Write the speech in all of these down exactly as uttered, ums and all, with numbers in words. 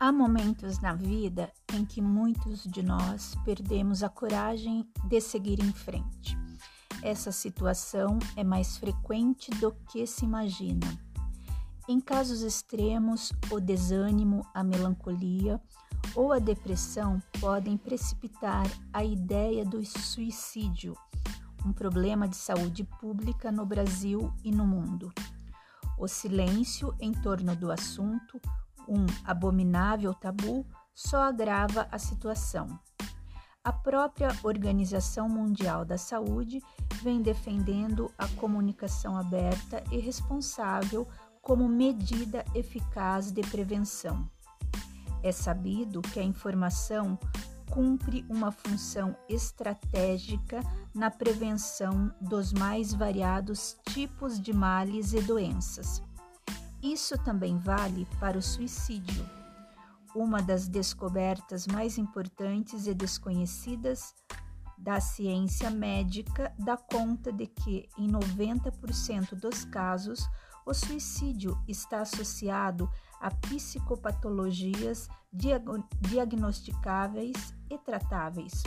Há momentos na vida em que muitos de nós perdemos a coragem de seguir em frente. Essa situação é mais frequente do que se imagina. Em casos extremos, o desânimo, a melancolia ou a depressão podem precipitar a ideia do suicídio, um problema de saúde pública no Brasil e no mundo. O silêncio em torno do assunto, um abominável tabu, só agrava a situação. A própria Organização Mundial da Saúde vem defendendo a comunicação aberta e responsável como medida eficaz de prevenção. É sabido que a informação cumpre uma função estratégica na prevenção dos mais variados tipos de males e doenças. Isso também vale para o suicídio. Uma das descobertas mais importantes e desconhecidas da ciência médica dá conta de que, em noventa por cento dos casos, o suicídio está associado a psicopatologias diagnosticáveis e tratáveis.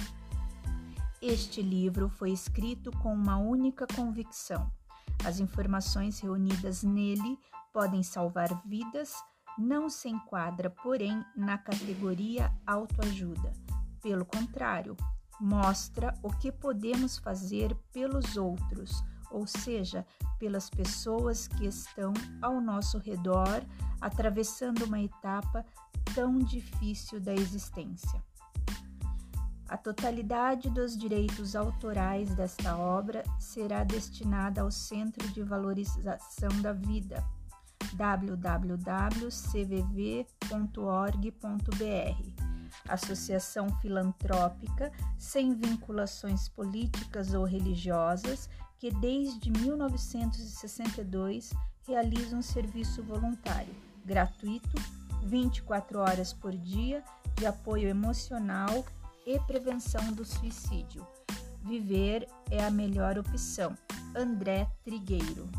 Este livro foi escrito com uma única convicção: as informações reunidas nele podem salvar vidas, não se enquadra, porém, na categoria autoajuda. Pelo contrário, mostra o que podemos fazer pelos outros, ou seja, pelas pessoas que estão ao nosso redor, atravessando uma etapa tão difícil da existência. A totalidade dos direitos autorais desta obra será destinada ao Centro de Valorização da Vida, w w w ponto c v v ponto org ponto b r, associação filantrópica sem vinculações políticas ou religiosas que desde mil novecentos e sessenta e dois realiza um serviço voluntário, gratuito, vinte e quatro horas por dia, de apoio emocional e prevenção do suicídio. Viver é a melhor opção. André Trigueiro.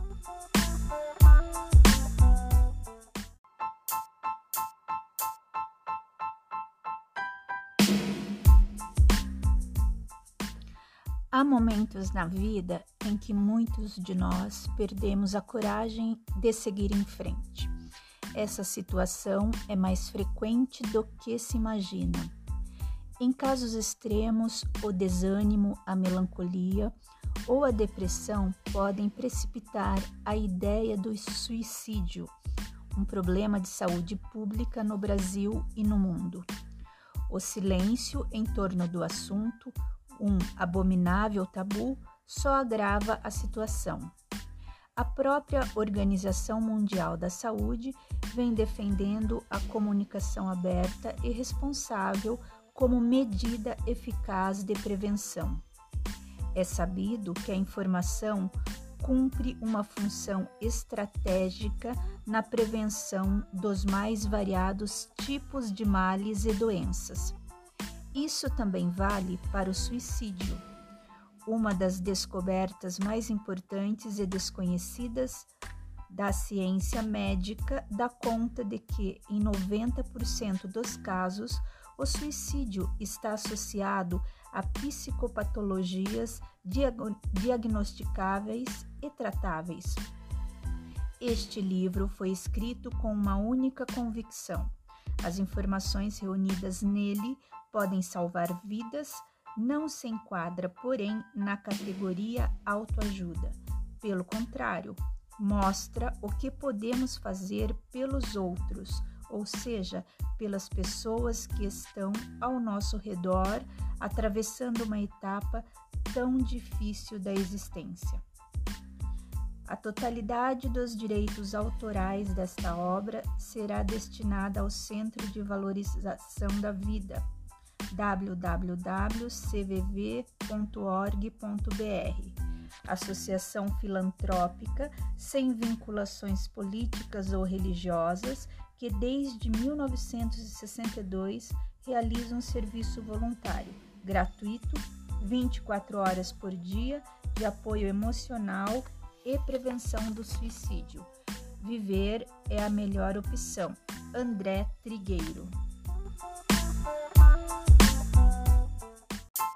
Há momentos na vida em que muitos de nós perdemos a coragem de seguir em frente. Essa situação é mais frequente do que se imagina. Em casos extremos, o desânimo, a melancolia ou a depressão podem precipitar a ideia do suicídio, um problema de saúde pública no Brasil e no mundo. O silêncio em torno do assunto, um abominável tabu, só agrava a situação. A própria Organização Mundial da Saúde vem defendendo a comunicação aberta e responsável como medida eficaz de prevenção. É sabido que a informação cumpre uma função estratégica na prevenção dos mais variados tipos de males e doenças. Isso também vale para o suicídio. Uma das descobertas mais importantes e desconhecidas da ciência médica dá conta de que, em noventa por cento dos casos, o suicídio está associado a psicopatologias diagnosticáveis e tratáveis. Este livro foi escrito com uma única convicção: as informações reunidas nele podem salvar vidas, não se enquadra, porém, na categoria autoajuda. Pelo contrário, mostra o que podemos fazer pelos outros, ou seja, pelas pessoas que estão ao nosso redor, atravessando uma etapa tão difícil da existência. A totalidade dos direitos autorais desta obra será destinada ao Centro de Valorização da Vida, w w w ponto c v v ponto org ponto b r, associação filantrópica sem vinculações políticas ou religiosas que desde mil novecentos e sessenta e dois realiza um serviço voluntário, gratuito, vinte e quatro horas por dia, de apoio emocional e prevenção do suicídio. Viver é a melhor opção. André Trigueiro.